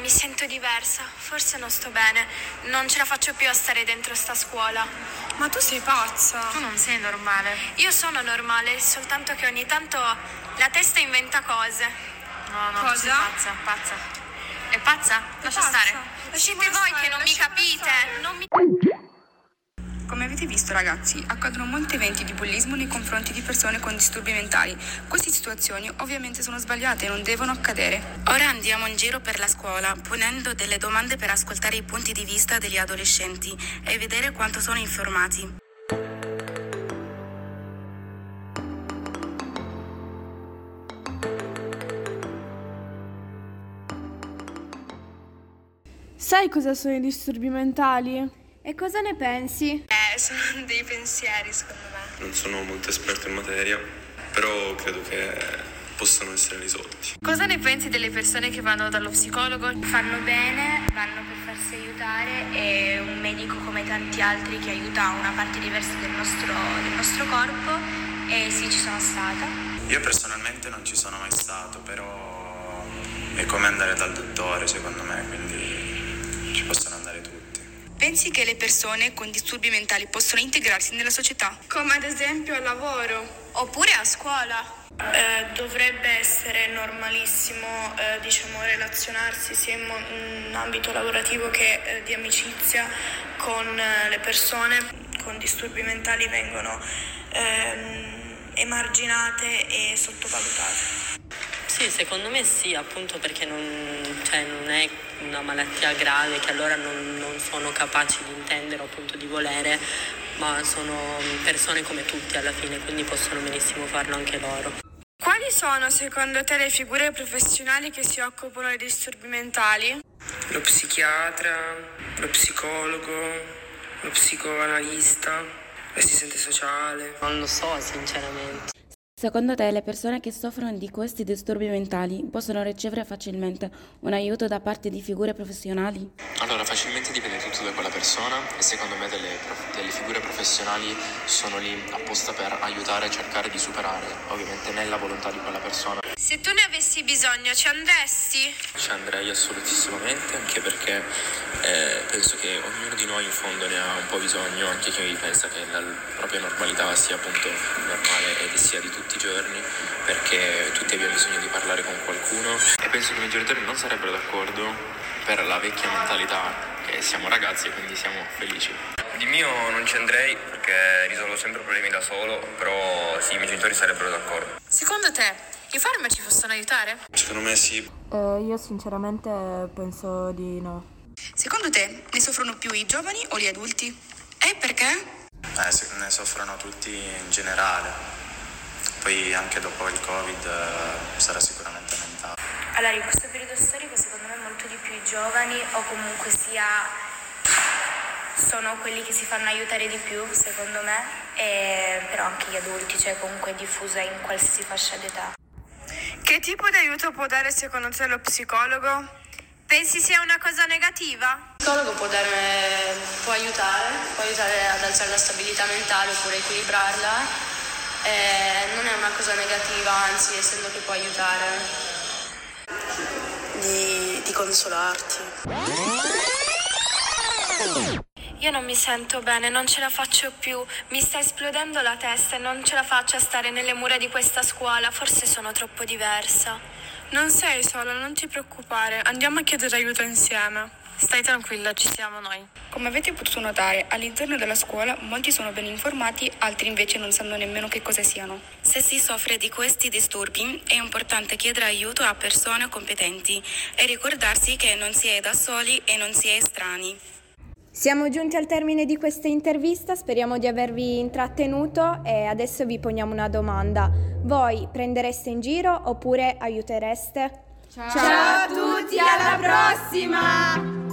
mi sento diversa, forse non sto bene, non ce la faccio più a stare dentro sta scuola. Ma tu sei pazza. Tu non sei normale. Io sono normale, soltanto che ogni tanto la testa inventa cose. No, Cosa? tu sei pazza. È pazza? Lascia stare. Siete voi che non mi capite, non mi... Come avete visto, ragazzi, accadono molti eventi di bullismo nei confronti di persone con disturbi mentali. Queste situazioni ovviamente sono sbagliate e non devono accadere. Ora andiamo in giro per la scuola, ponendo delle domande per ascoltare i punti di vista degli adolescenti e vedere quanto sono informati. Sai cosa sono i disturbi mentali? E cosa ne pensi? Sono dei pensieri, secondo me. Non sono molto esperto in materia, però credo che possano essere risolti. Cosa ne pensi delle persone che vanno dallo psicologo? Fanno bene, vanno per farsi aiutare e un medico come tanti altri che aiuta una parte diversa del nostro corpo, e sì, ci sono stata. Io personalmente non ci sono mai stato, però è come andare dal dottore, secondo me, quindi ci possono andare tutti. Pensi che le persone con disturbi mentali possono integrarsi nella società? Come ad esempio al lavoro. Oppure a scuola. Dovrebbe essere normalissimo, relazionarsi sia in ambito lavorativo che di amicizia con le persone con disturbi mentali. Vengono emarginate e sottovalutate. Sì, secondo me sì, appunto perché non è una malattia grave che allora non sono capaci di intendere o appunto di volere, ma sono persone come tutti alla fine, quindi possono benissimo farlo anche loro. Quali sono secondo te le figure professionali che si occupano di disturbi mentali? Lo psichiatra, lo psicologo, lo psicoanalista, l'assistente sociale. Non lo so sinceramente. Secondo te le persone che soffrono di questi disturbi mentali possono ricevere facilmente un aiuto da parte di figure professionali? Allora, facilmente dipende tutto da quella persona e secondo me delle figure professionali sono lì apposta per aiutare a cercare di superare, ovviamente nella volontà di quella persona. Se tu ne avessi bisogno, ci andresti? Ci andrei assolutissimamente, anche perché penso che ognuno di noi in fondo ne ha un po' bisogno, anche chi pensa che la propria normalità sia appunto normale ed sia di tutti i giorni, perché tutti abbiamo bisogno di parlare con qualcuno e penso che i miei genitori non sarebbero d'accordo per la vecchia mentalità che siamo ragazzi e quindi siamo felici. Di mio non ci andrei perché risolvo sempre problemi da solo, però sì, i miei genitori sarebbero d'accordo. Secondo te i farmaci possono aiutare? Secondo me sì. Io sinceramente penso di no. Secondo te ne soffrono più i giovani o gli adulti? E perché? Ne soffrono tutti in generale, poi anche dopo il Covid sarà sicuramente aumentato. Allora, in questo periodo storico secondo me molto di più i giovani, o comunque sia sono quelli che si fanno aiutare di più, secondo me, però anche gli adulti, cioè comunque è diffusa in qualsiasi fascia d'età. Che tipo di aiuto può dare secondo te lo psicologo? Pensi sia una cosa negativa? Il psicologo può aiutare ad alzare la stabilità mentale oppure equilibrarla. Non è una cosa negativa, anzi, essendo che può aiutare. Di consolarti. Io non mi sento bene, non ce la faccio più, mi sta esplodendo la testa e non ce la faccio a stare nelle mura di questa scuola, forse sono troppo diversa. Non sei sola, non ti preoccupare, andiamo a chiedere aiuto insieme. Stai tranquilla, ci siamo noi. Come avete potuto notare, all'interno della scuola molti sono ben informati, altri invece non sanno nemmeno che cosa siano. Se si soffre di questi disturbi è importante chiedere aiuto a persone competenti e ricordarsi che non si è da soli e non si è estranei. Siamo giunti al termine di questa intervista, speriamo di avervi intrattenuto e adesso vi poniamo una domanda. Voi prendereste in giro oppure aiutereste? Ciao a tutti, alla prossima!